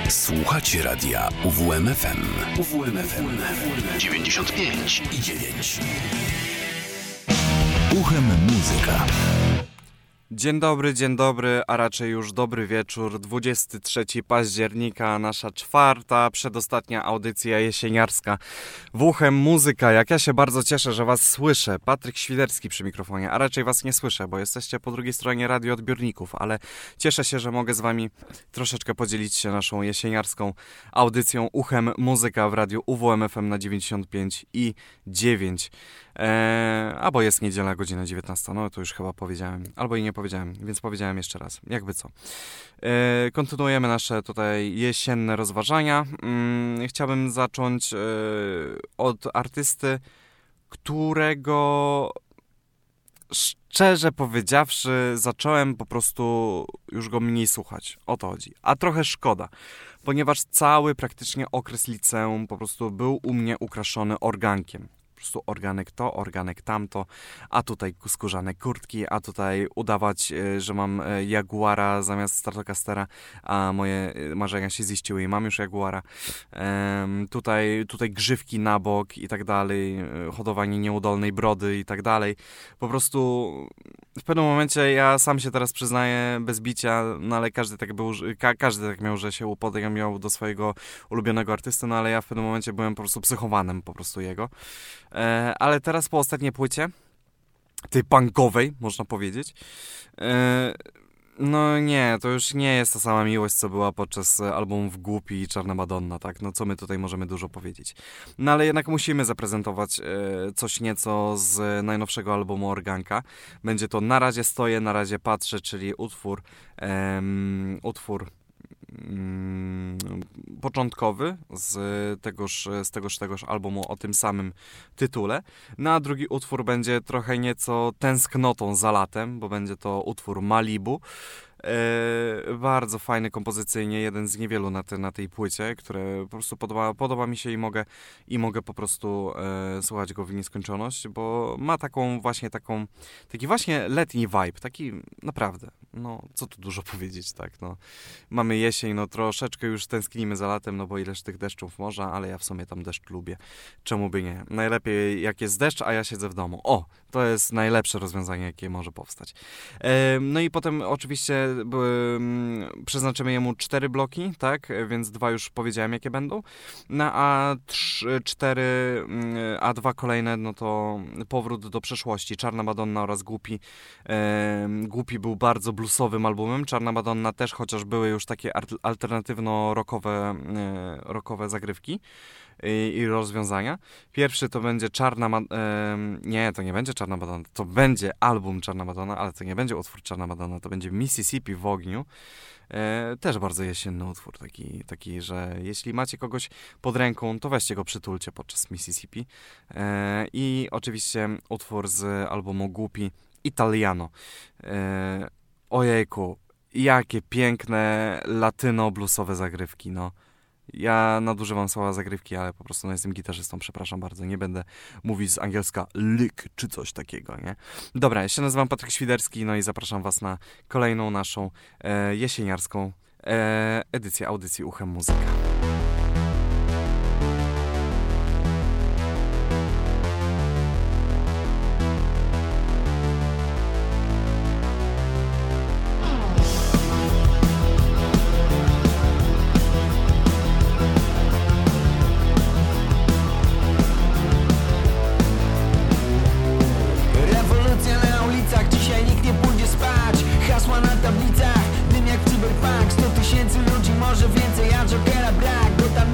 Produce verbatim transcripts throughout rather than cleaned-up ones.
Słuchacie radia U W M F M. U W M F M dziewięćdziesiąt pięć i dziewięć. Uchem muzyka. Dzień dobry, dzień dobry, a raczej już dobry wieczór. dwudziestego trzeciego października, nasza czwarta, przedostatnia audycja jesieniarska w Uchem Muzyka. Jak ja się bardzo cieszę, że was słyszę. Patryk Świderski przy mikrofonie, a raczej was nie słyszę, bo jesteście po drugiej stronie radioodbiorników, ale cieszę się, że mogę z wami troszeczkę podzielić się naszą jesieniarską audycją Uchem Muzyka w radiu U W M F M na dziewięćdziesiąt pięć i dziewięć. Eee, albo jest niedziela, godzina dziewiętnasta, no to już chyba powiedziałem, albo i nie powiedziałem, więc powiedziałem jeszcze raz, jakby co. Eee, kontynuujemy nasze tutaj jesienne rozważania. Eee, chciałbym zacząć eee, od artysty, którego szczerze powiedziawszy zacząłem po prostu już go mniej słuchać, o to chodzi, a trochę szkoda. Ponieważ cały praktycznie okres liceum po prostu był u mnie ukraszony organkiem. Po prostu organek to, organek tamto, a tutaj skórzane kurtki, a tutaj udawać, że mam Jaguara zamiast Stratocastera, a moje marzenia się ziściły i mam już Jaguara. Ehm, tutaj, tutaj grzywki na bok i tak dalej, hodowanie nieudolnej brody i tak dalej. Po prostu w pewnym momencie ja sam się teraz przyznaję bez bicia, no ale każdy tak był, ka- każdy tak miał, że się upodobniał do swojego ulubionego artysty, no ale ja w pewnym momencie byłem po prostu psychowanym po prostu jego. E, ale teraz po ostatniej płycie, tej punkowej, można powiedzieć, e, no nie, to już nie jest ta sama miłość, co była podczas albumów Głupi i Czarna Madonna, tak? No co my tutaj możemy dużo powiedzieć. No ale jednak musimy zaprezentować e, coś nieco z najnowszego albumu Organka. Będzie to Na razie stoję, na razie patrzę, czyli utwór, e, utwór Mm, początkowy z tegoż, z tegoż, tegoż albumu o tym samym tytule. No a drugi utwór będzie trochę nieco tęsknotą za latem, bo będzie to utwór Malibu. E, bardzo fajny kompozycyjnie, jeden z niewielu na, te, na tej płycie, które po prostu podoba, podoba mi się i mogę, i mogę po prostu e, słuchać go w nieskończoność, bo ma taką właśnie taką, taki właśnie letni vibe, taki naprawdę, no co tu dużo powiedzieć, tak, no mamy jesień, no troszeczkę już tęsknimy za latem, no bo ileż tych deszczów można, ale ja w sumie tam deszcz lubię, czemu by nie, najlepiej jak jest deszcz, a ja siedzę w domu, o, to jest najlepsze rozwiązanie, jakie może powstać. E, no i potem oczywiście były, przeznaczymy jemu cztery bloki, tak, więc dwa już powiedziałem, jakie będą, no a trzy, cztery, a dwa kolejne, no to Powrót do przeszłości, Czarna Madonna oraz Głupi. E, Głupi był bardzo bluesowym albumem, Czarna Madonna też, chociaż były już takie alternatywno-rockowe e, rockowe zagrywki i, i rozwiązania. Pierwszy to będzie Czarna Ma- e, nie, to nie będzie Czarna Madonna, to będzie album Czarna Madonna, ale to nie będzie utwór Czarna Madonna, to będzie Mississippi w ogniu. E, też bardzo jesienny utwór, taki, taki, że jeśli macie kogoś pod ręką, to weźcie go, przytulcie podczas Mississippi. E, I oczywiście utwór z albumu Głupi, Italiano. E, ojejku, jakie piękne latyno-bluesowe zagrywki, no. Ja nadużywam słowa zagrywki, ale po prostu no, jestem gitarzystą, przepraszam bardzo, nie będę mówić z angielska lick czy coś takiego, nie? Dobra, ja się nazywam Patryk Świderski, no i zapraszam was na kolejną naszą e, jesieniarską e, edycję audycji Uchem Muzyka. Tablicach, dym jak cyberpunk, sto tysięcy ludzi, może więcej, a Jokera brak.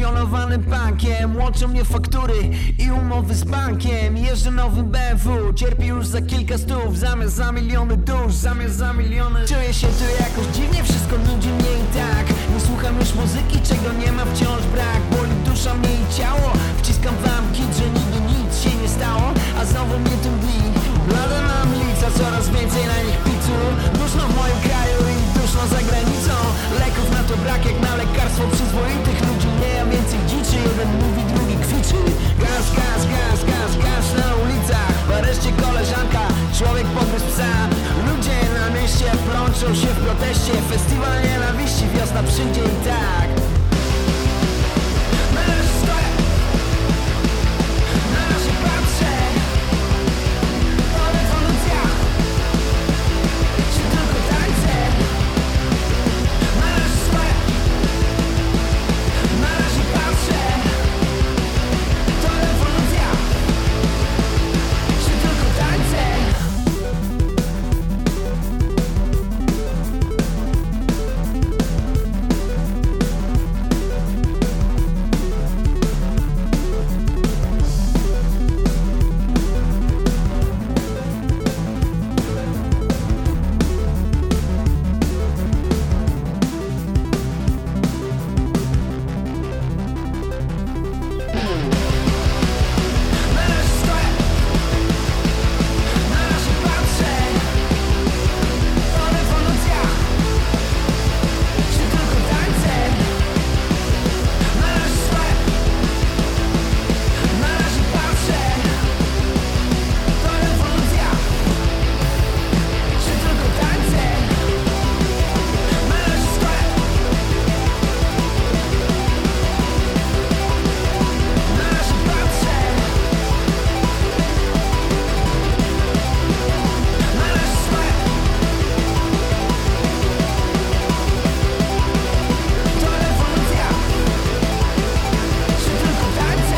Pensjonowanym bankiem łączą mnie faktury i umowy z bankiem. Jeżdżę nowym B M W, cierpię już za kilka stów. Zamiast za miliony dusz, zamiast za miliony. Czuję się tu jakoś dziwnie, wszystko nudzi mnie i tak. Nie słucham już muzyki, czego nie ma wciąż brak. Boli dusza mnie i ciało, wciskam wam kit, że nigdy nic się nie stało. A znowu mnie tym dni, blada nam lica, coraz więcej na nich pizzu. Duszno w moim kraju i duszno za granicą. Leków na to brak jak na lekarstwo przyzwoitych ludzi. Nie ja więcej dziczy, jeden mówi, drugi kwiczy. Gaz, gaz, gaz, gaz, gaz na ulicach. W areszcie koleżanka, człowiek pogryzł psa. Ludzie na mieście plączą się w proteście. Festiwal nienawiści, wiosna przyjdzie i tak. Na razie stoję, na razie patrzę. To rewolucja, czy tylko tańce? Na razie stoję, na razie patrzę. To rewolucja, czy tylko tańce? Na razie stoję, na razie patrzę. To rewolucja, czy tylko tańce? Na razie stoję, na razie patrzę. To rewolucja, czy tylko tańce? Na razie stoję, na razie patrzę. Na razie stoję, to rewolucja, czy tylko tańce?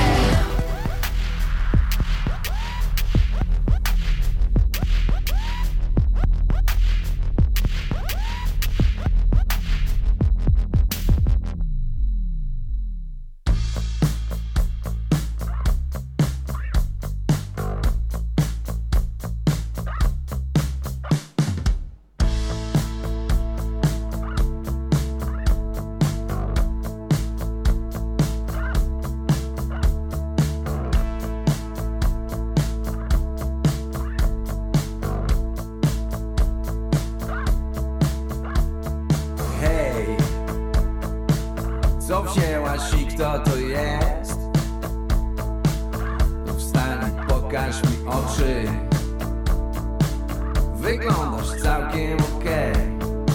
Hej, co wzięłaś i kto to jest? Wstań i pokaż mi oczy. Wyglądasz całkiem okej.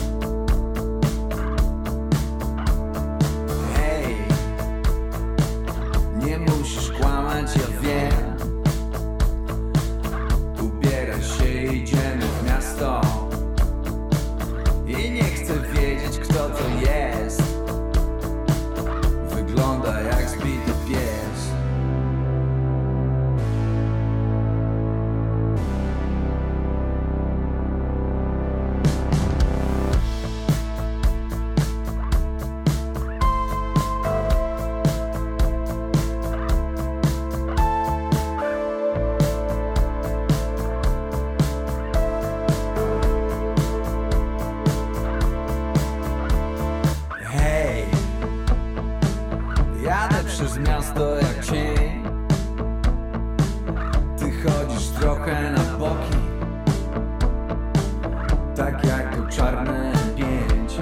Hej, nie musisz kłamać, ja wiem. Ubieraj się, idziemy w miasto. I nie chcę wiedzieć, kto to jest. Wygląda jak zbity pies. Hej, jadę przez miasto jak cień. Ty chodzisz trochę na boki, tak jak to czarne pięć.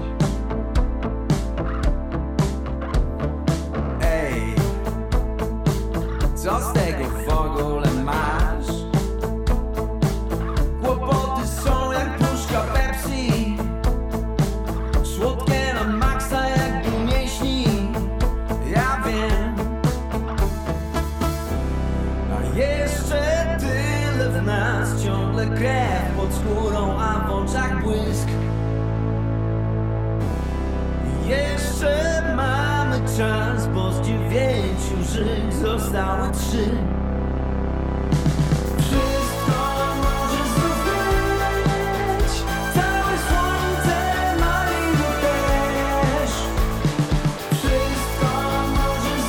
Ej, co z tego w ogóle masz? Kłopoty są jak puszka Pepsi, słodkie na maksa jakby mięśni. Ja wiem, a jeszcze tyle w nas, ciągle krew pod skórą, a w oczach błysk. I jeszcze mamy czas, bo z dziewięciu żyć zostały trzy. Wszystko może znów być, całe słońce Malibu też. Wszystko może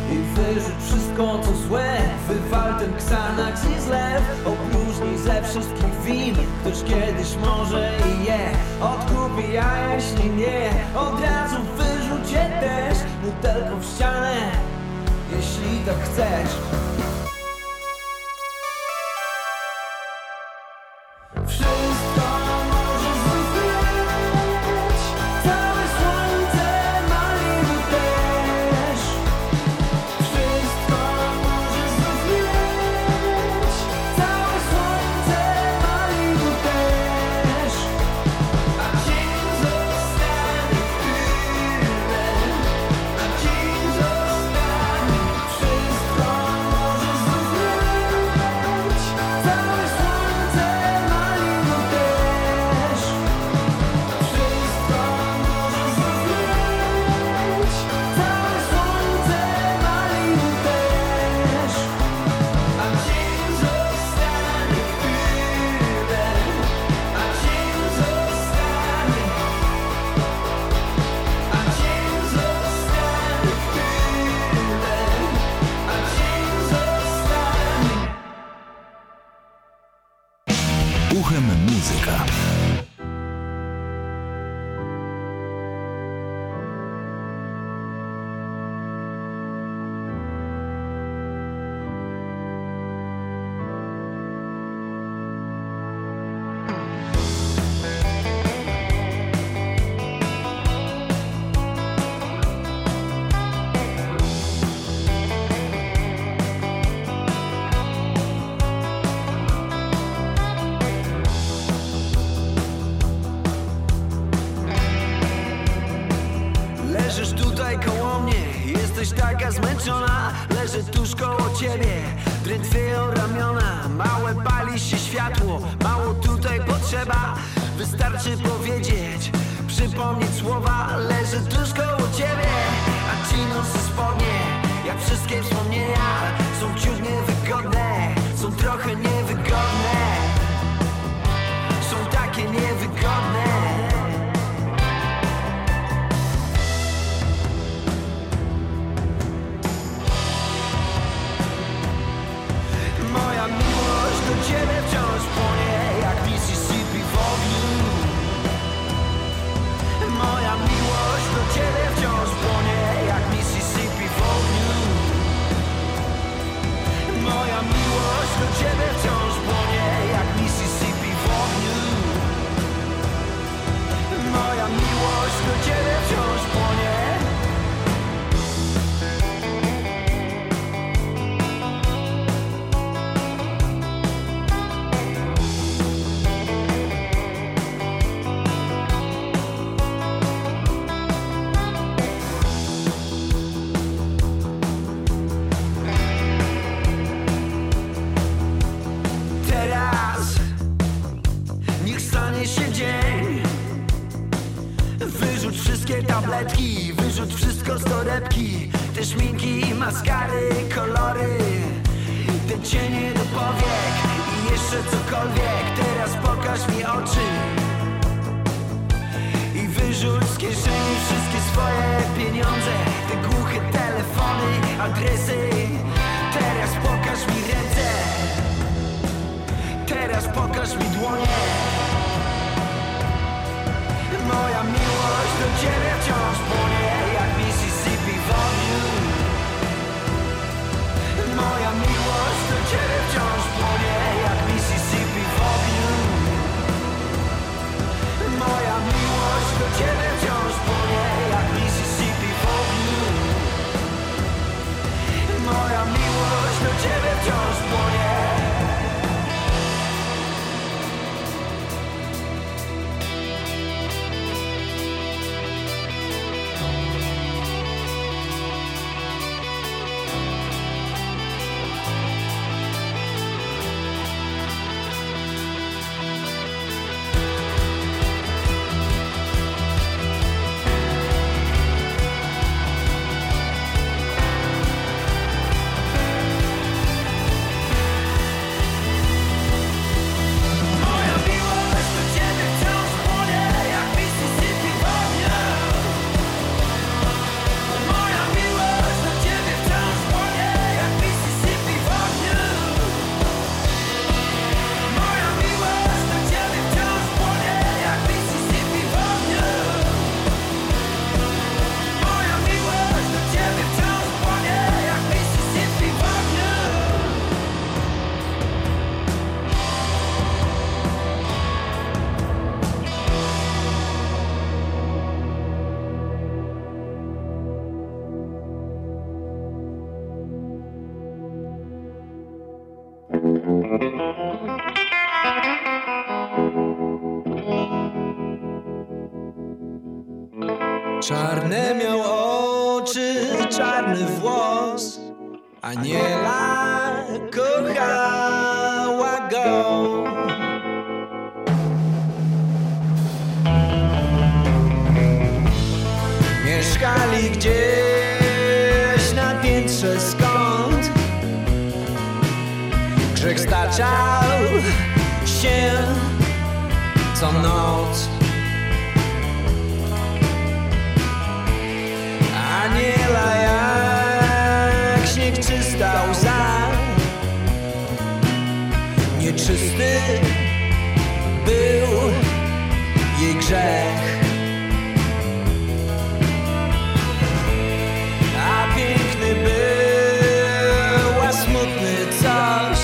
i wyrzuć wszystko co złe. Wywal ten Xanax i zlew, opróżnij ze wszystkich win. Ktoś kiedyś może i je odkupi, a jeśli nie, od razu wyrzuć je też. Butelką w ścianę, jeśli tak chcesz. Wszystko może znów być, całe słońce Malibu też. Wszystko może znów być, całe słońce Malibu też. A dzień zostanie chwilę, a dzień zostanie. Wszystko może znów być, całe słońce Malibu też. Wszystko może znów być, całe słońce Malibu też. A dzień zostanie chwilę, a dzień zostanie. A dzień zostanie chwilę, a dzień zostanie. Uchem muzyka. Leżysz tutaj koło mnie, jesteś taka zmęczona. Leżę tuż koło ciebie, drętwieją ramiona. Małe pali się światło, mało tutaj potrzeba. Wystarczy powiedzieć, przypomnieć słowa. Leżę tuż koło ciebie, a ci nosy spodnie, jak wszystkie wspomnienia, są wciąż niewygodne, są trochę niewygodne, są takie niewygodne. Moja miłość do ciebie wciąż płonie jak Mississippi w ogniu. Moja miłość do ciebie wciąż płonie jak Mississippi w ogniu. Moja miłość do ciebie wciąż płonie jak Mississippi w ogniu. Moja miłość do ciebie wciąż płonie. Teraz niech stanie się dzień. Wyrzuć wszystkie tabletki, wyrzuć wszystko z torebki. Te szminki, maskary, kolory, te cienie do powiek i jeszcze cokolwiek. Teraz pokaż mi oczy i wyrzuć z kieszeni wszystkie swoje pieniądze. Te głuche telefony, adresy. Teraz pokaż mi ręce, teraz pokaż mi dłonie. Moja miłość do ciebie wciąż płonie jak Mississippi w ogniu. Moja miłość do ciebie wciąż płonie jak Mississippi w ogniu. Moja miłość do ciebie wciąż płonie jak Mississippi w ogniu. Moja miłość do ciebie wciąż płonie. Czarne miał oczy, czarny włos, Aniela kochała go. Mieszkali gdzieś na piętrze, skąd grzech staczał się co noc. Aniela jak śnieg, czysta łza, nieczysty był jej grzech, a piękny był, a smutny coś.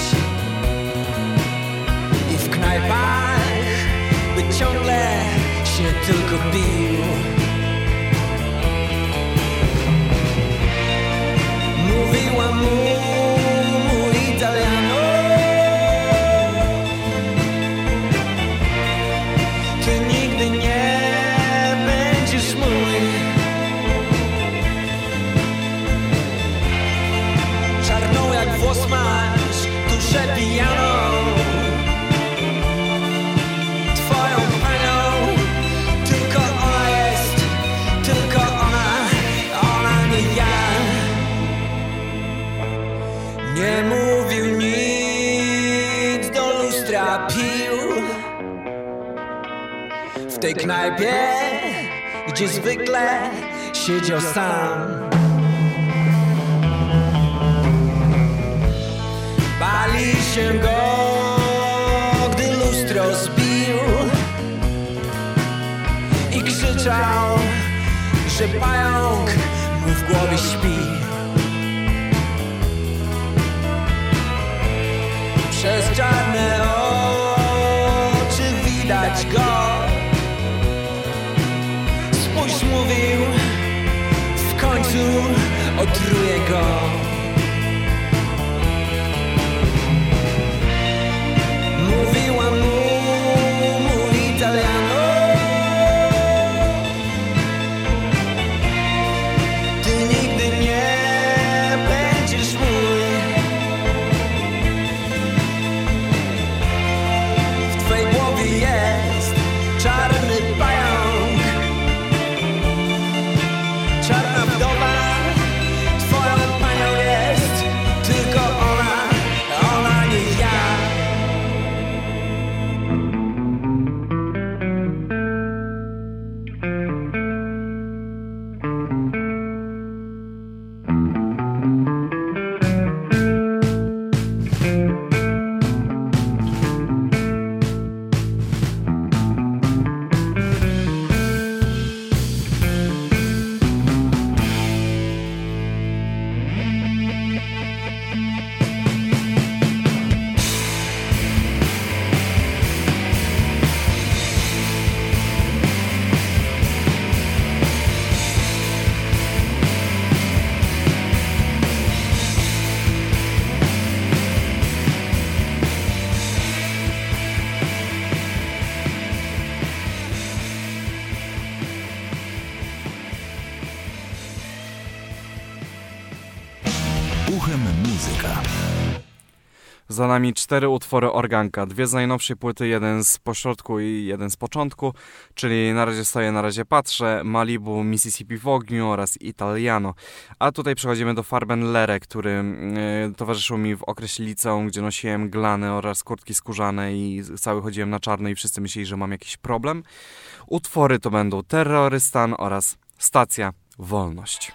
I w knajpach by ciągle się tylko pił. Mówiła mu Italiano, ty nigdy nie będziesz mój. Czarną jak włos masz, duszę pijaną, twoją panią. Tylko ona jest, tylko ona, ona nie ja. Nie mówił nic, do lustra pił w tej knajpie, gdzie zwykle siedział sam. Bali się go, gdy lustro zbił i krzyczał, że pająk mu w głowie śpi. Przez czarne oczy widać go. Spójrz, mówił, w końcu otruje go. Mówiła mu, mu Italiano, ty nigdy nie będziesz mój. W twej głowie jest czarny pająk, czarna wdowa, twoją panią jest tylko ona, ona nie ja. Uchem muzyka. Za nami cztery utwory organka, dwie z najnowszej płyty, jeden z pośrodku i jeden z początku, czyli Na razie stoję, na razie patrzę, Malibu, Mississippi w ogniu oraz Italiano. A tutaj przechodzimy do Farben Lere, który y, towarzyszył mi w okresie liceum, gdzie nosiłem glany oraz kurtki skórzane i cały chodziłem na czarno i wszyscy myśleli, że mam jakiś problem. Utwory to będą Terrorystan oraz Stacja Wolność.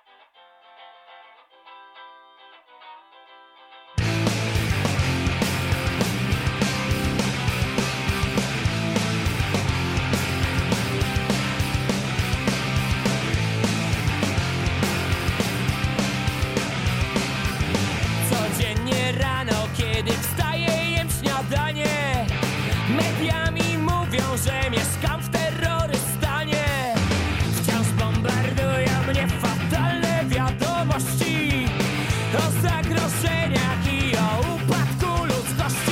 Że mieszkam w terrorystanie. Wciąż bombardują mnie fatalne wiadomości o zagrożeniach i o upadku ludzkości.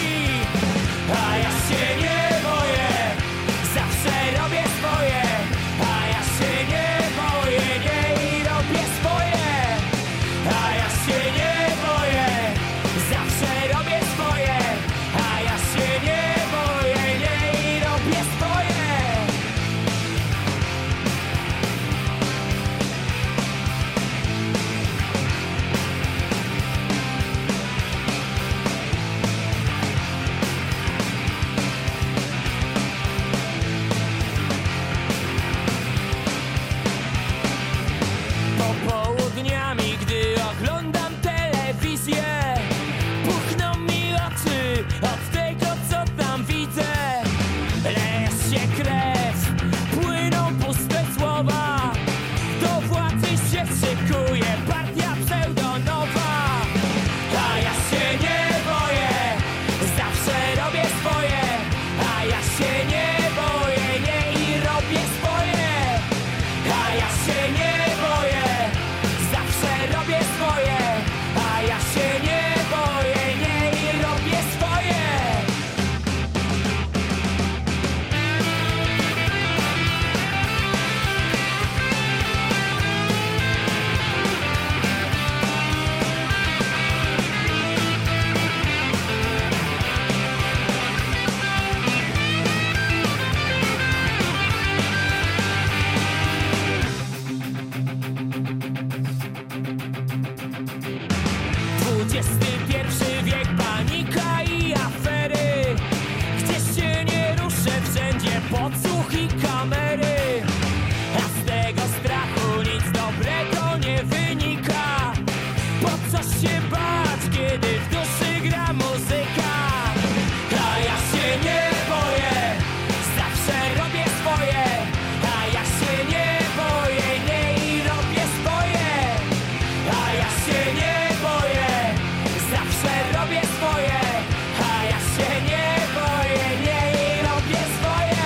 dwudziesty pierwszy wiek, panika i afery. Gdzieś się nie ruszę, wszędzie podsłuch i kamery. A z tego strachu nic dobrego nie wynika. Po co się bać, kiedy w duszy gra muzyka? A ja się nie boję, zawsze robię swoje. A ja się nie boję, nie i robię swoje. A ja się nie boję, zawsze robię swoje. A ja się nie boję, nie i robię swoje.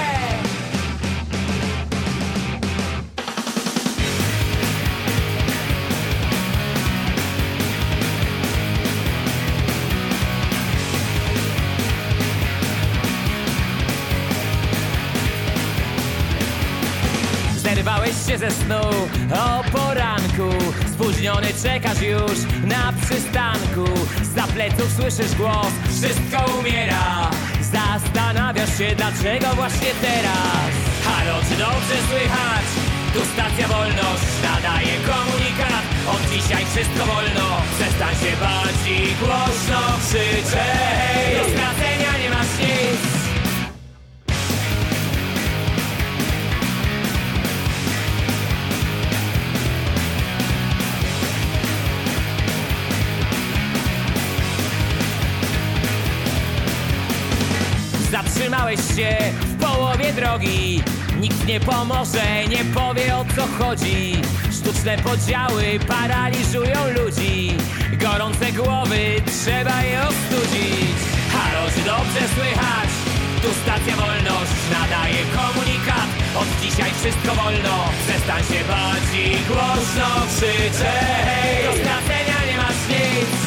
Zerwałeś się ze snu o poranku, spóźniony czekasz już na przystanku. Za pleców słyszysz głos, wszystko umiera. Zastanawiasz się, dlaczego właśnie teraz. Halo, czy dobrze słychać? Tu stacja Wolność nadaje komunikat. Od dzisiaj wszystko wolno, przestań się bać i głośno krzyczę. Hej, do stracenia nie masz nic. Zatrzymałeś się w połowie drogi. Nikt nie pomoże, nie powie o co chodzi. Sztuczne podziały paraliżują ludzi. Gorące głowy, trzeba je ostudzić. Halo, czy dobrze słychać? Tu stacja Wolność nadaje komunikat. Od dzisiaj wszystko wolno, przestań się bać i głośno krzyczę. Hej, do stracenia nie masz nic.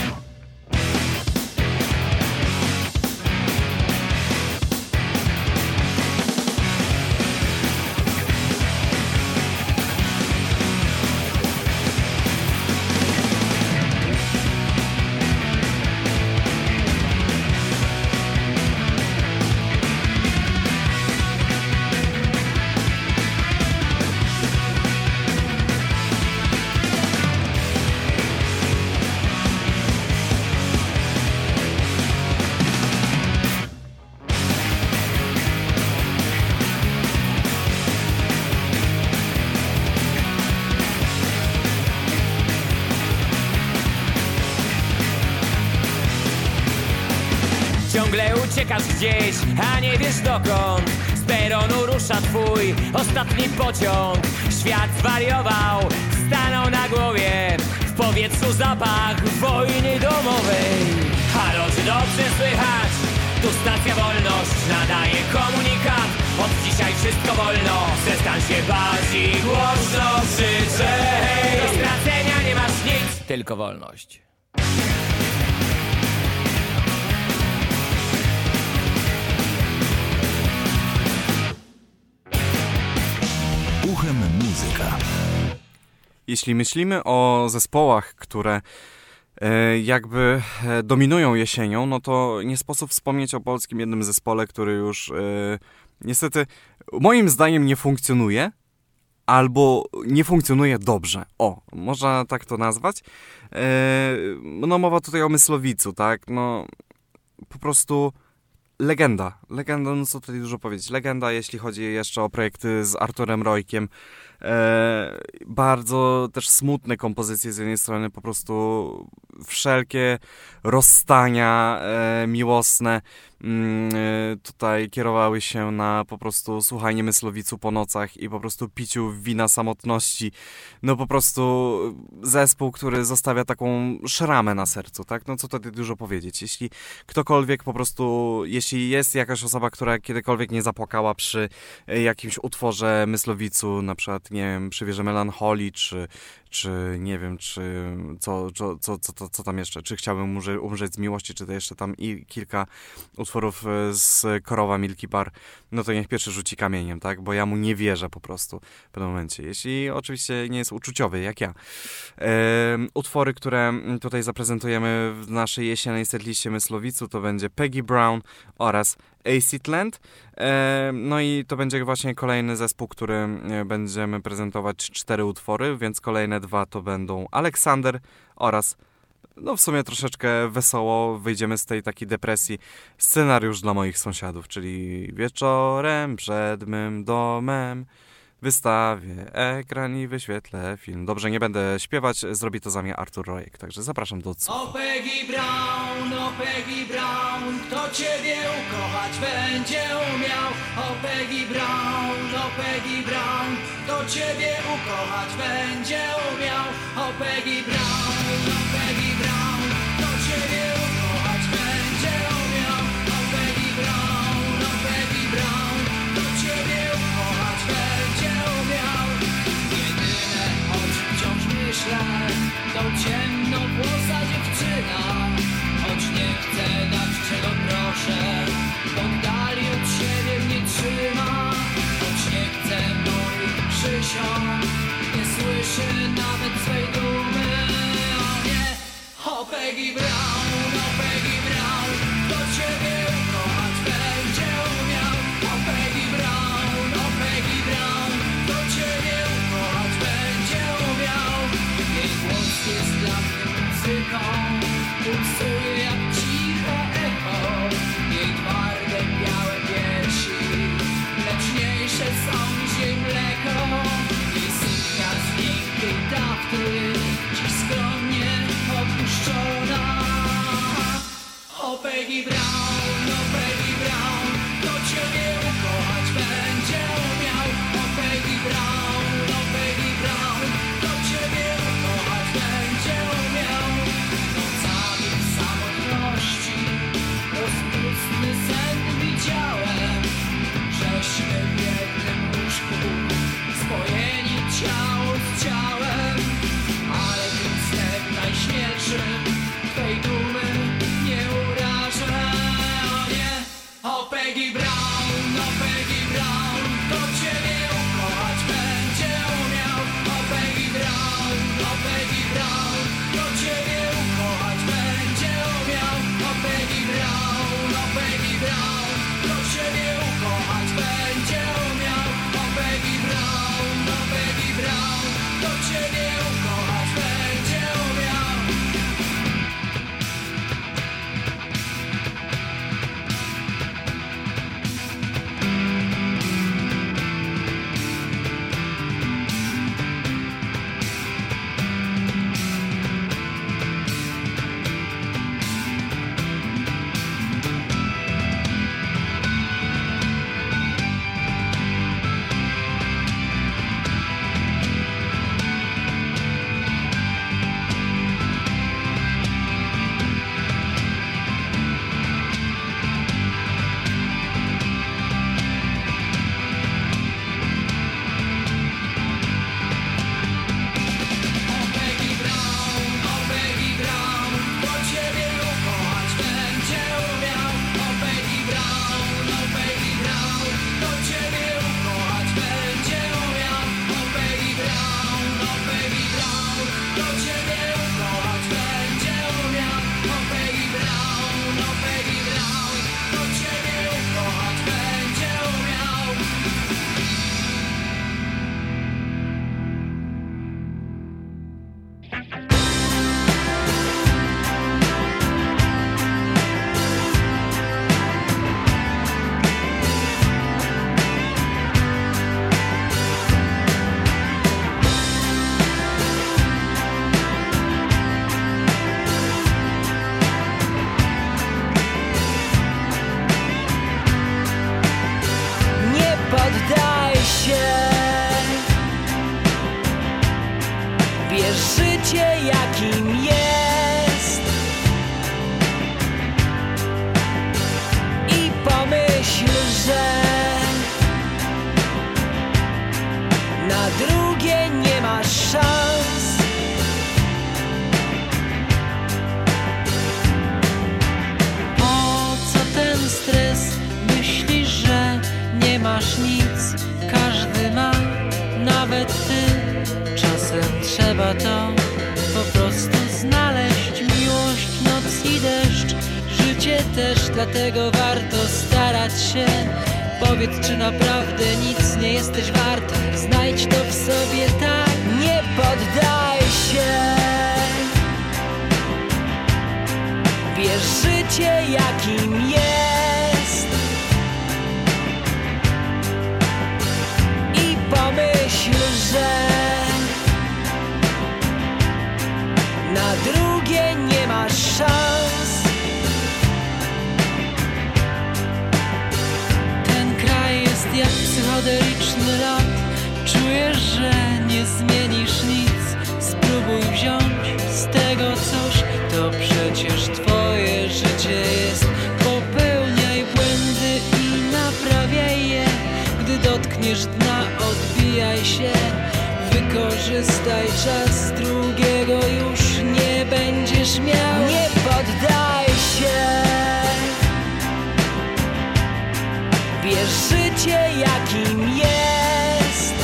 Ciągle uciekasz gdzieś, a nie wiesz dokąd. Z peronu rusza twój ostatni pociąg. Świat zwariował, stanął na głowie. W powietrzu zapach wojny domowej. Halo, czy dobrze słychać? Tu stacja Wolność nadaje komunikat. Od dzisiaj wszystko wolno, przestań się bać i głośno krzyczę. Hej, do stracenia nie masz nic, tylko wolność. Uchem muzyka. Jeśli myślimy o zespołach, które e, jakby e, dominują jesienią, no to nie sposób wspomnieć o polskim jednym zespole, który już e, niestety moim zdaniem nie funkcjonuje, albo nie funkcjonuje dobrze. O, można tak to nazwać. E, no mowa tutaj o Myslowicu, tak? No po prostu legenda. Legenda, no co tutaj dużo powiedzieć. Legenda, jeśli chodzi jeszcze o projekty z Arturem Rojkiem. E, bardzo też smutne kompozycje z jednej strony, po prostu wszelkie rozstania e, miłosne mm, e, tutaj kierowały się na po prostu słuchanie Myslowicu po nocach i po prostu piciu wina samotności. No po prostu zespół, który zostawia taką szramę na sercu, tak? No co tutaj dużo powiedzieć. Jeśli ktokolwiek po prostu, jeśli jest jakaś osoba, która kiedykolwiek nie zapłakała przy jakimś utworze Myslowicu, na przykład, nie wiem, przy Wieży Melancholii, czy, czy nie wiem, czy co, co, co, co, co tam jeszcze, czy chciałbym umrzeć z miłości, czy to jeszcze tam i kilka utworów z Korowa Milky Bar, no to niech pierwszy rzuci kamieniem, tak? Bo ja mu nie wierzę po prostu w pewnym momencie. Jeśli oczywiście nie jest uczuciowy, jak ja. E, utwory, które tutaj zaprezentujemy w naszej jesiennej setliście Myslowicu, to będzie Peggy Brown oraz Acid Land. E, no i to będzie właśnie kolejny zespół, który będziemy prezentować cztery utwory, więc kolejne dwa to będą Aleksander oraz no w sumie troszeczkę wesoło wyjdziemy z tej takiej depresji. Scenariusz dla moich sąsiadów, czyli wieczorem przed mym domem wystawię ekran i wyświetlę film. Dobrze, nie będę śpiewać, zrobi to za mnie Artur Rojek, także zapraszam do odsłuchu. O Peggy Brown, o Peggy Brown, kto ciebie ukochać będzie umiał. O Peggy Brown, o Peggy Brown, kto ciebie ukochać będzie umiał. O Peggy Brown, o Peggy Brown, kto ciebie ukochać będzie umiał. O Peggy Brown, o Peggy Brown, kto ciebie ukochać będzie umiał. Jedyne, o czym wciąż myślę, to ciemnowłosa dziewczyna. Choć nie chcę dać czego proszę, bo dali od siebie mnie trzyma. Choć nie chcę moich przysiąg, nie słyszy nawet swej dumy. O nie, o Peggy Brown, o Peggy Brown, kto ciebie ukochać będzie umiał. O Peggy Brown, o Peggy Brown, kto ciebie ukochać będzie umiał. Jej głos jest dla mnie muzyką, pulsuje jak ciche echo. Jej twarde, białe piersi, mleczniejsze są niż jej mleko. Jej suknia z miękkiej tafty, dziś skromnie opuszczona. O Peggy Brown, o Peggy Brown, kto ciebie ukochać będzie umiał. O Peggy Brown, o Peggy Brown, kto ciebie ukochać będzie umiał. Nocami w samotności rozpustny sen widziałem, żeśmy w jednym łóżku spojeni ciało z ciałem. Ale tym snem najśmielszym twej dumy nie urażę. O nie, o Peggy Brown, o Peggy Brown, kto ciebie ukochać będzie umiał. O Peggy Brown, o Peggy Brown, kto ciebie ukochać będzie umiał. O Peggy Brown, o Peggy Brown, kto ciebie ukochać będzie umiał. O Peggy Brown, o Peggy Brown, kto ciebie ukochać będzie umiał. Życie jakim jest i pomyśl, że na drugie nie masz szans. Po co ten stres? Myślisz, że nie masz nic. Każdy ma, nawet ty. Czasem trzeba to po prostu znaleźć. Miłość, noc i deszcz, życie też, dlatego warto starać się. Powiedz, czy naprawdę nic nie jesteś wart. Znajdź to w sobie, tak, nie poddaj się. Bierz życie jakim jest i pomyśl, że na drugie nie masz szans. Ten kraj jest jak psychodeliczny lat. Czujesz, że nie zmienisz nic. Spróbuj wziąć z tego coś, to przecież twoje życie jest. Popełniaj błędy i naprawiaj je. Gdy dotkniesz dna, odbijaj się. Wykorzystaj czas, drugiego już nie będziesz miał. Nie poddaj się. Bierz życie jakim jest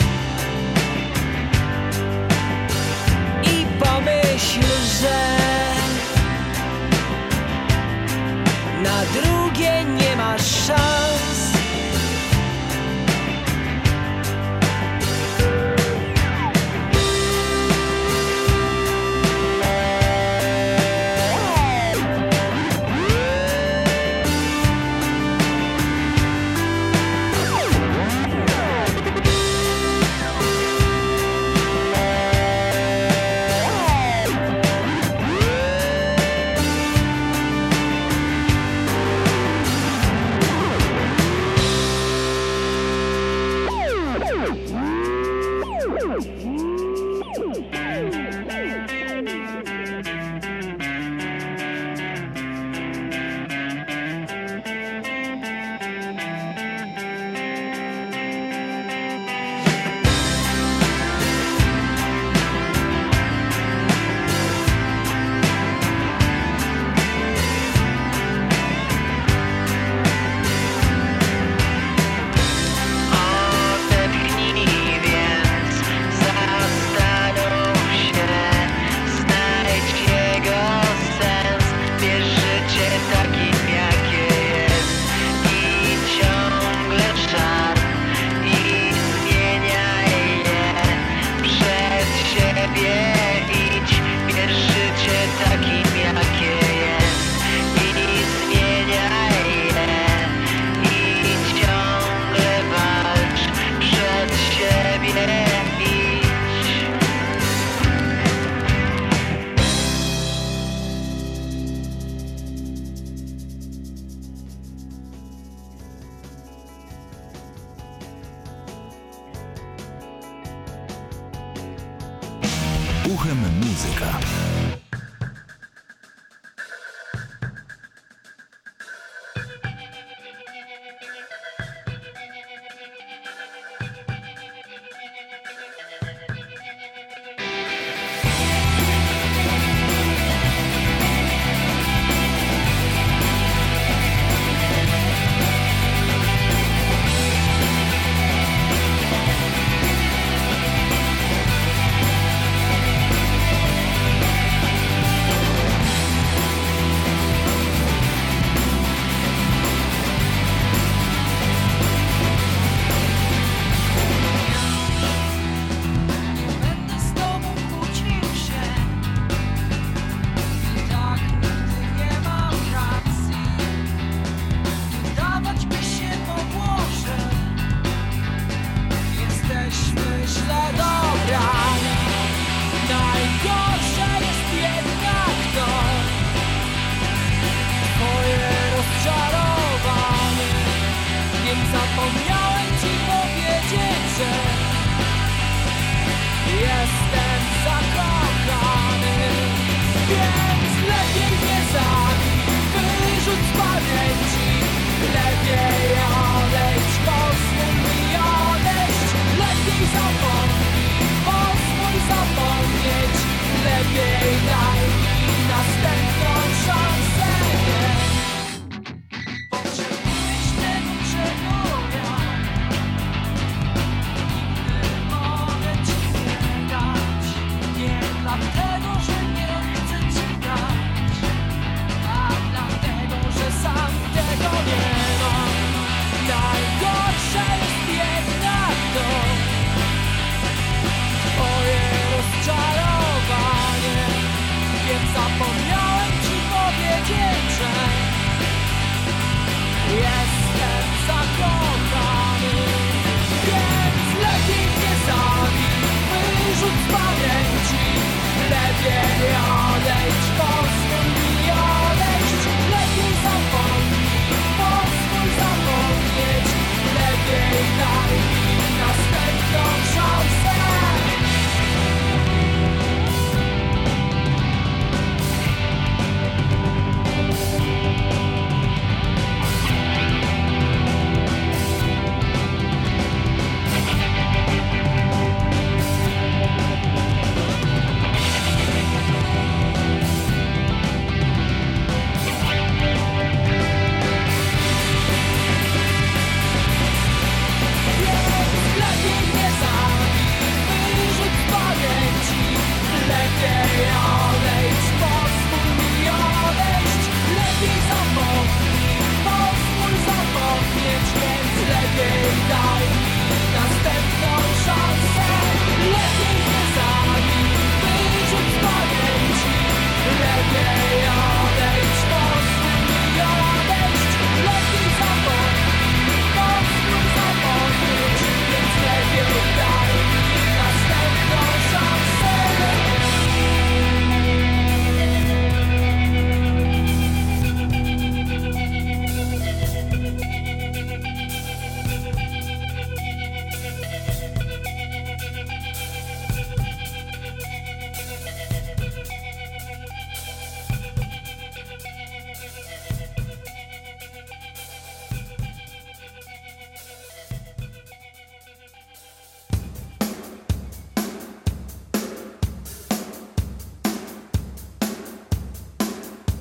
i pomyśl, że na drugie nie masz szans. Uchem muzyka.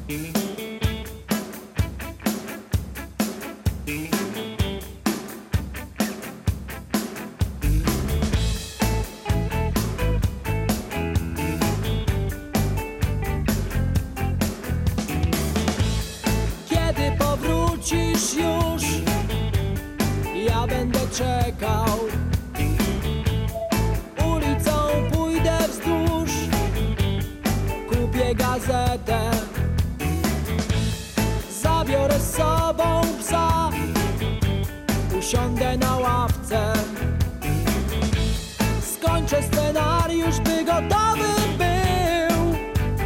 Kiedy powrócisz już, ja będę czekał. Ulicą pójdę wzdłuż, kupię gazetę. Zabiorę z sobą psa, usiądę na ławce. Skończę scenariusz, by gotowy był.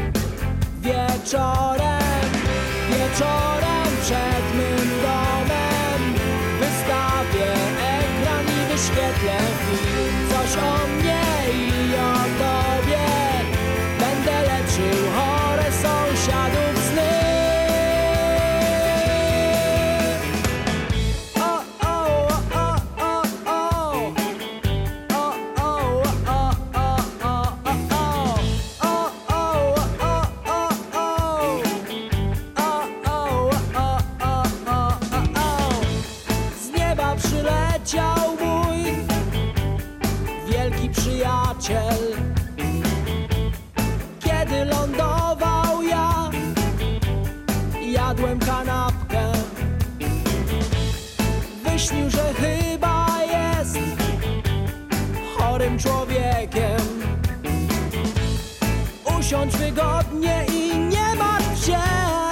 Wieczorem, wieczorem przed mym domem wystawię ekran i wyświetlę film. Coś o mnie i o tobie, będę leczył chore sąsiadów sny. O, o, o, o, o. O, o, o, o, o, o, o. O, o, o, o, o. O, o, o, o, o, o. Z nieba przyleciał mój wielki przyjaciel. Kiedy lądował ja, jadłem kanapkę. Wyśnił, że chyba jest chorym człowiekiem. Usiądź wygodnie i nie martw się,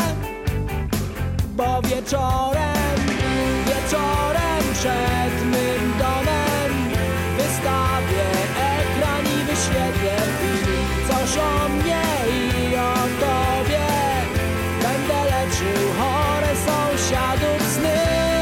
bo wieczorem, wieczorem przed mym domem wystawię ekran i wyświetlę film. Coś o mnie i o tobie, będę leczył chore sąsiadów sny.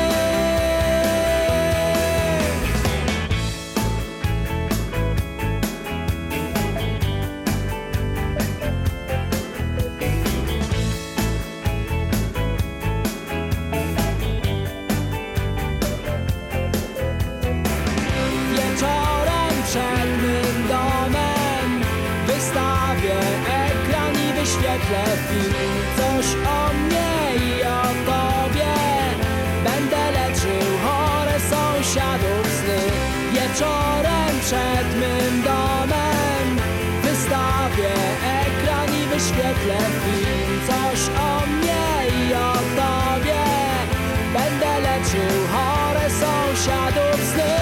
Wieczorem przed mym domem wystawię ekran i wyświetlę film. Coś o mnie i o tobie, będę leczył chore sąsiadów sny. Wieczorem przed mym domem wystawię ekran i wyświetlę film. Coś o mnie i o tobie, będę leczył chore sąsiadów sny.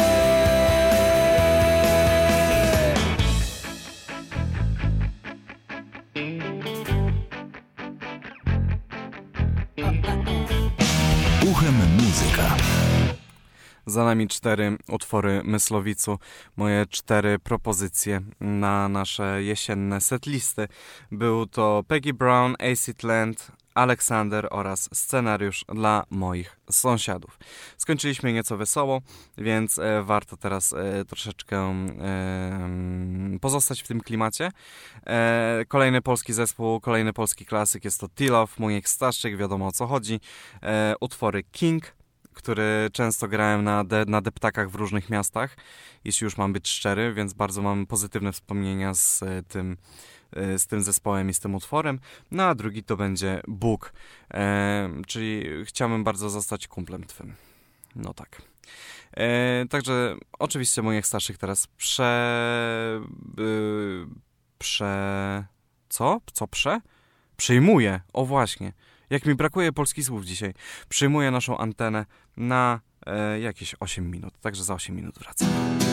Uchem muzyka. Za nami cztery utwory Myslowicu, moje cztery propozycje na nasze jesienne setlisty. Był to Peggy Brown, Acid Land, Aleksander oraz scenariusz dla moich sąsiadów. Skończyliśmy nieco wesoło, więc e, warto teraz e, troszeczkę e, pozostać w tym klimacie. E, kolejny polski zespół, kolejny polski klasyk jest to Tilof, Muniek Staszczyk, wiadomo o co chodzi. E, utwory King, który często grałem na, de, na deptakach w różnych miastach, jeśli już mam być szczery, więc bardzo mam pozytywne wspomnienia z tym, z tym zespołem i z tym utworem. No a drugi to będzie Bóg, e, czyli chciałbym bardzo zostać kumplem twym. No tak. E, także oczywiście moich starszych teraz prze... Yy, prze... Co? Co prze? Przyjmuję. O właśnie. Jak mi brakuje polskich słów dzisiaj. Przyjmuję naszą antenę na e, jakieś osiem minut. Także za osiem minut wracam.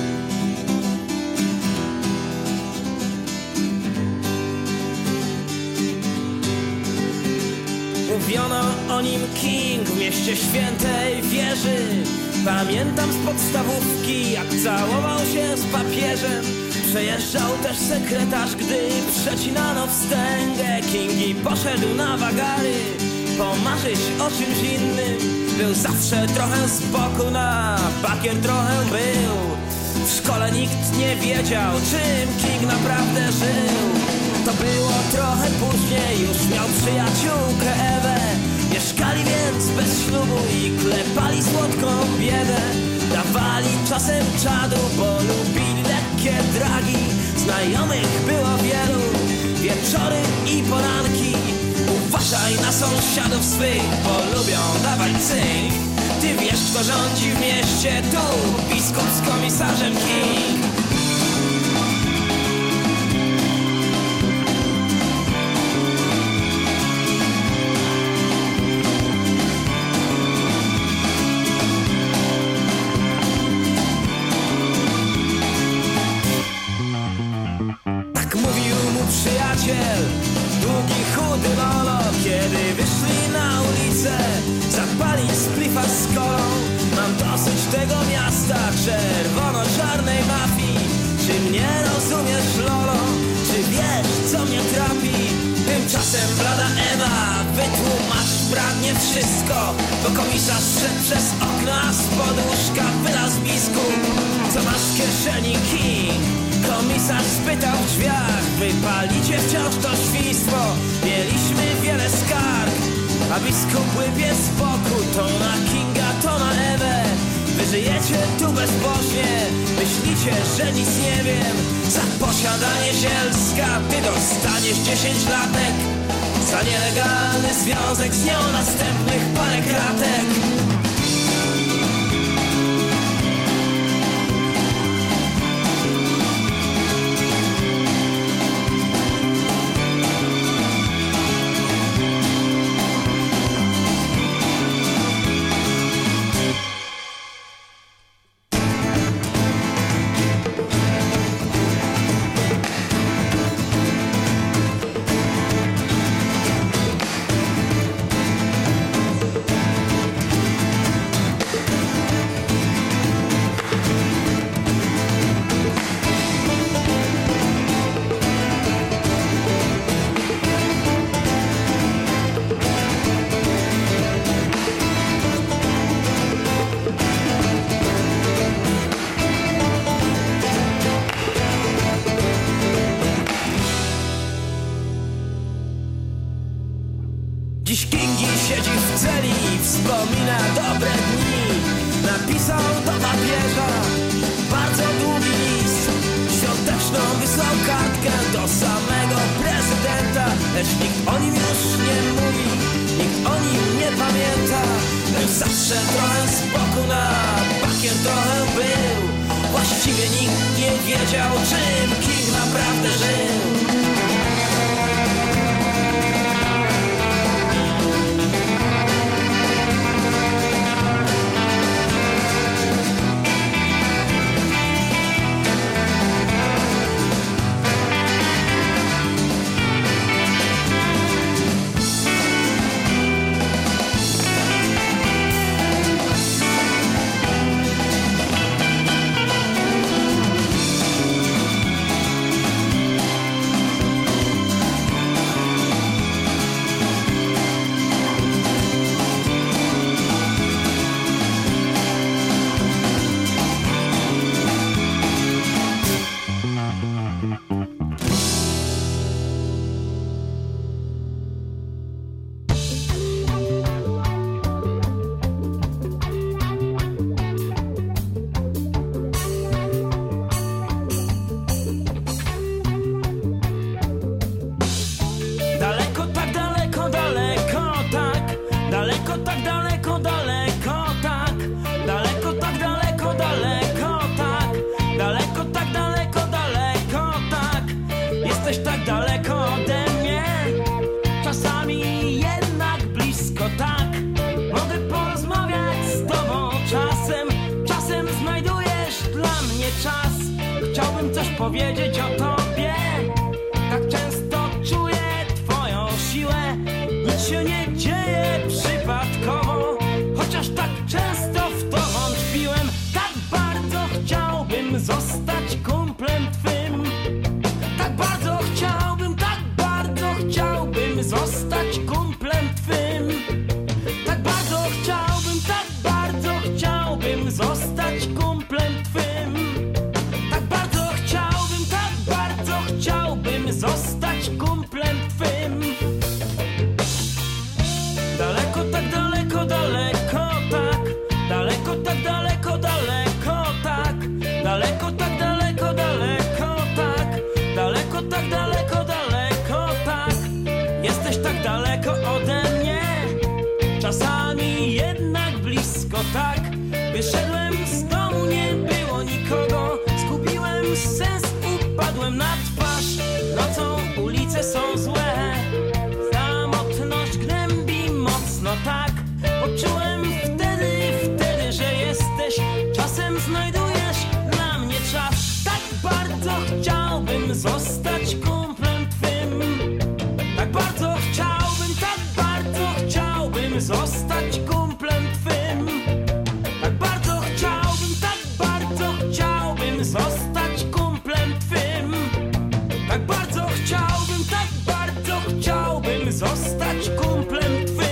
Mówiono o nim King w mieście świętej wieży. Pamiętam z podstawówki, jak całował się z papieżem. Przejeżdżał też sekretarz, gdy przecinano wstęgę. King i poszedł na wagary, pomarzyć o czymś innym. Był zawsze trochę z boku, na bakier trochę był. W szkole nikt nie wiedział, czym King naprawdę żył. To było trochę później, już miał przyjaciółkę Ewę. Mieszkali więc bez ślubu i klepali słodką biedę. Dawali czasem czadu, bo lubili lekkie dragi. Znajomych było wielu, wieczory i poranki. Uważaj uważaj na sąsiadów swych, bo lubią dawać cynk. Ty wiesz, kto rządzi w mieście tu, biskup z komisarzem King. Tak mówił mu przyjaciel, długi, chudy lolo, kiedy wyszli na ulicę zapalić splifa z kolą. Mam dosyć tego miasta, czerwono-czarnej mafii. Czy mnie rozumiesz, lolo? Czy wiesz, co mnie trapi? Tymczasem blada Ewa wytłumacz pragnie wszystko, bo komisarz szedł przez okno, a spod łóżka wylazł biskup. Co masz w kieszeni, King? Komisarz spytał w drzwiach. Wypalicie wciąż to świństwo, mieliśmy wiele skarg. A biskup łypie z boku, to na Kinga, to na Ewę. Wy żyjecie tu bezbożnie, myślicie, że nic nie wiem. Za posiadanie zielska ty dostaniesz dziesięć latek. Za nielegalny związek z nią następnych parę kratek. Dziś Kingi siedzi w celi i wspomina dobre dni. Napisał do papieża bardzo długi list. Świąteczną wysłał kartkę do samego prezydenta. Lecz nikt o nim już nie mówi, nikt o nim nie pamięta. Był zawsze trochę z boku, na bakier trochę był. Właściwie nikt nie wiedział, czym King naprawdę żył. Powiedzieć o tobie, tak często czuję twoją siłę. Nic się nie dzieje przypadkowo, chociaż tak często w to wątpiłem. Tak bardzo chciałbym zostać kumplem twym. Tak bardzo chciałbym, tak bardzo chciałbym zostać kumplem twym. Tak bardzo chciałbym, tak bardzo chciałbym zostać kumplem twym. Chciałbym zostać kumplem twym. Daleko, tak daleko, daleko ode mnie, czasami jednak blisko tak. Wyszedłem z domu, nie było nikogo, zgubiłem sens, upadłem na twarz. Nocą ulice są złe, samotność gnębi mocno tak. Poczułem wtedy, wtedy, że jesteś, czasem znajdujesz dla mnie czas. Tak bardzo chciałbym zostać kumplem twym, tak bardzo chciałbym, tak bardzo chciałbym zostać kumplem twym. Tak bardzo chciałbym, tak bardzo chciałbym zostać kumplem twym. Tak bardzo chciałbym, tak bardzo chciałbym zostać kumplem twym.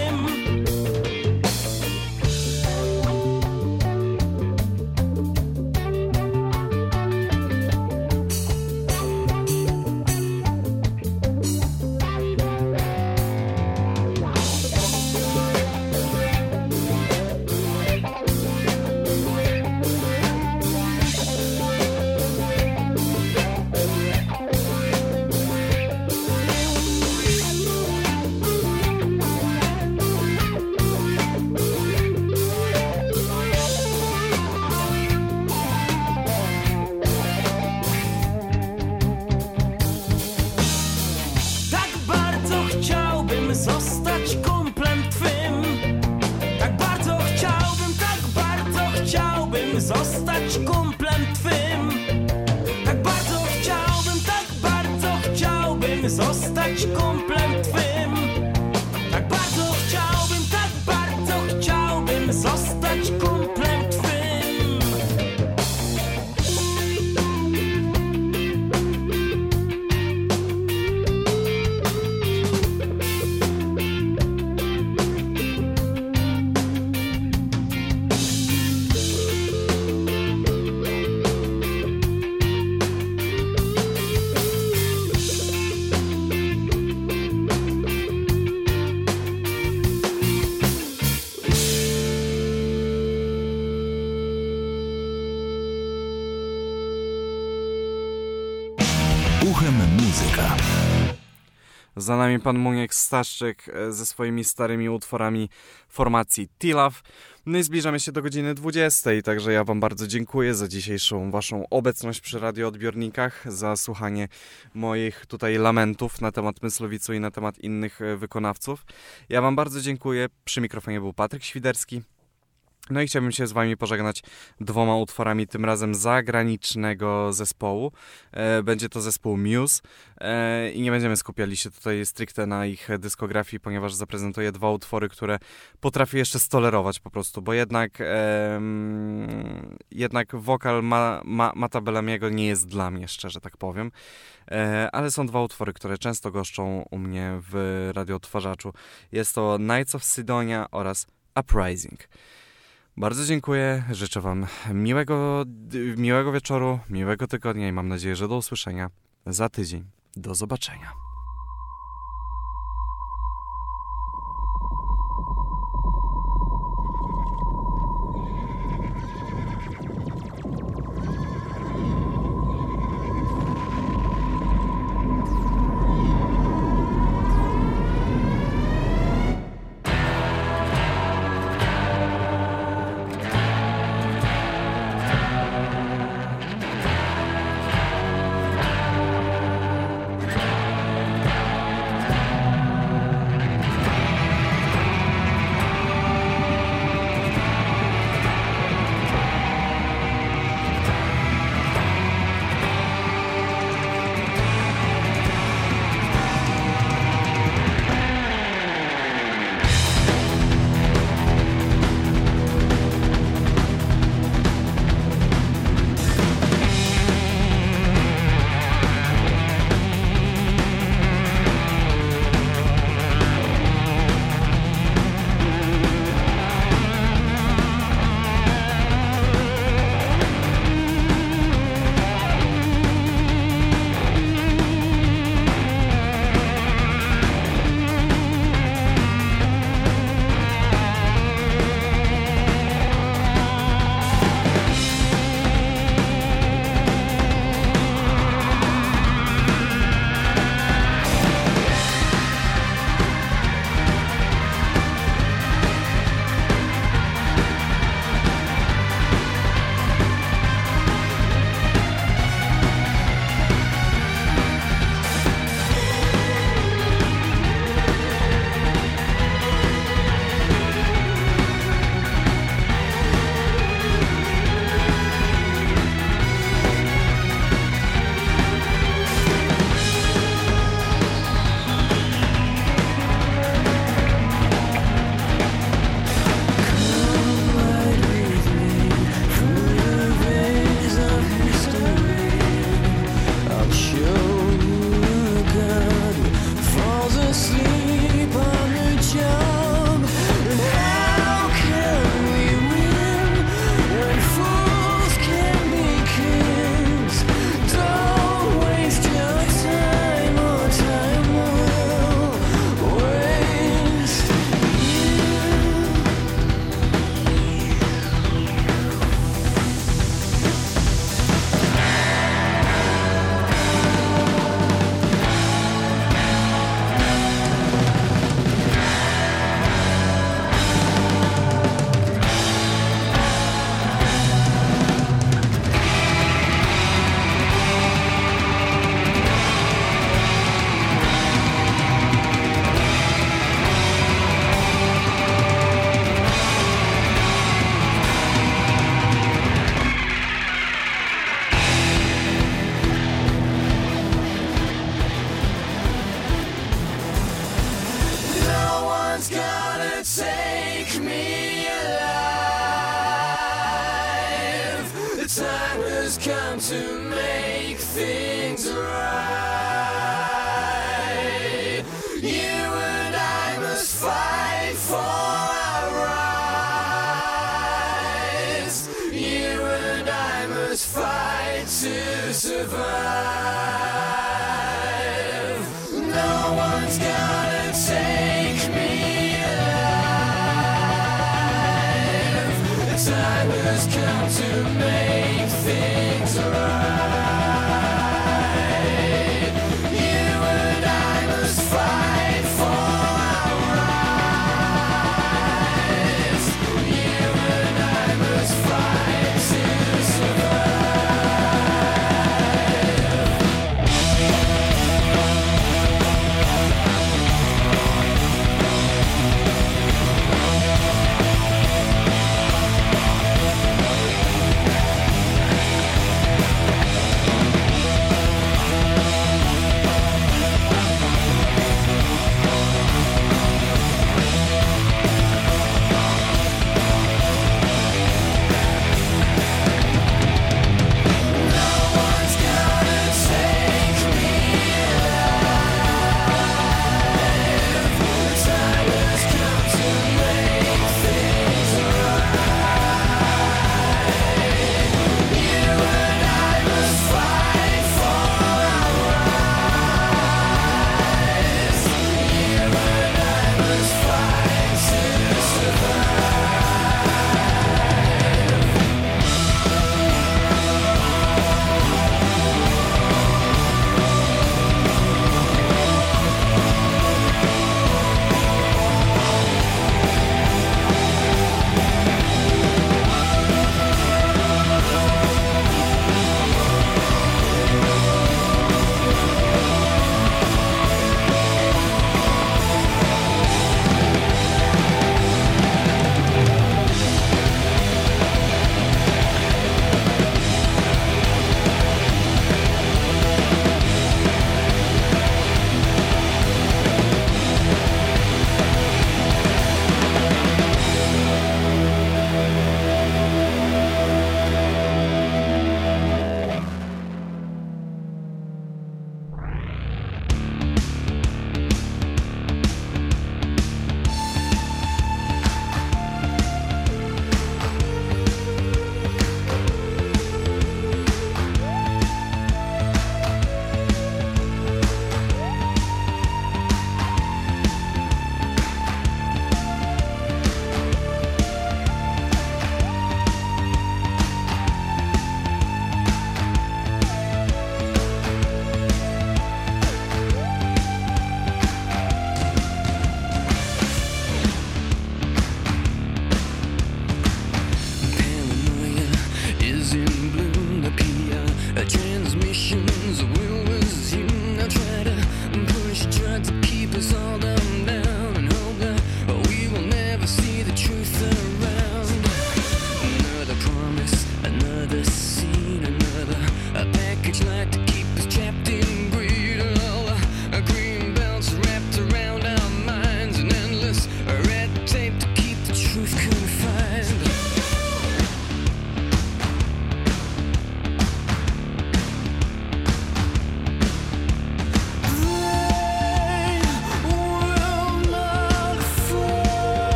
Zostać kumplem twym. Tak bardzo chciałbym, tak bardzo chciałbym zostać kumplem twym. Tak bardzo chciałbym, tak bardzo chciałbym zostać kumplem twym. Tak bardzo chciałbym, tak bardzo chciałbym zostać kumplem twym. Uchem muzyka. Za nami pan Muniek Staszczyk ze swoimi starymi utworami formacji T-Love. No i zbliżamy się do godziny dwudziestej, także ja wam bardzo dziękuję za dzisiejszą waszą obecność przy radioodbiornikach, za słuchanie moich tutaj lamentów na temat Myslowicu i na temat innych wykonawców. Ja wam bardzo dziękuję. Przy mikrofonie był Patryk Świderski. No i chciałbym się z wami pożegnać dwoma utworami, tym razem zagranicznego zespołu. E, będzie to zespół Muse e, i nie będziemy skupiali się tutaj stricte na ich dyskografii, ponieważ zaprezentuję dwa utwory, które potrafię jeszcze stolerować po prostu, bo jednak e, jednak wokal ma, ma, Mata Bellamiego nie jest dla mnie, szczerze tak powiem. E, ale są dwa utwory, które często goszczą u mnie w radioodtwarzaczu. Jest to Nights of Sidonia oraz Uprising. Bardzo dziękuję, życzę wam miłego, miłego wieczoru, miłego tygodnia i mam nadzieję, że do usłyszenia za tydzień. Do zobaczenia. one's gonna take me alive. The time has come to make things right. You and I must fight for our rights. You and I must fight to survive. No one's gonna take me alive. The time has come to make things right.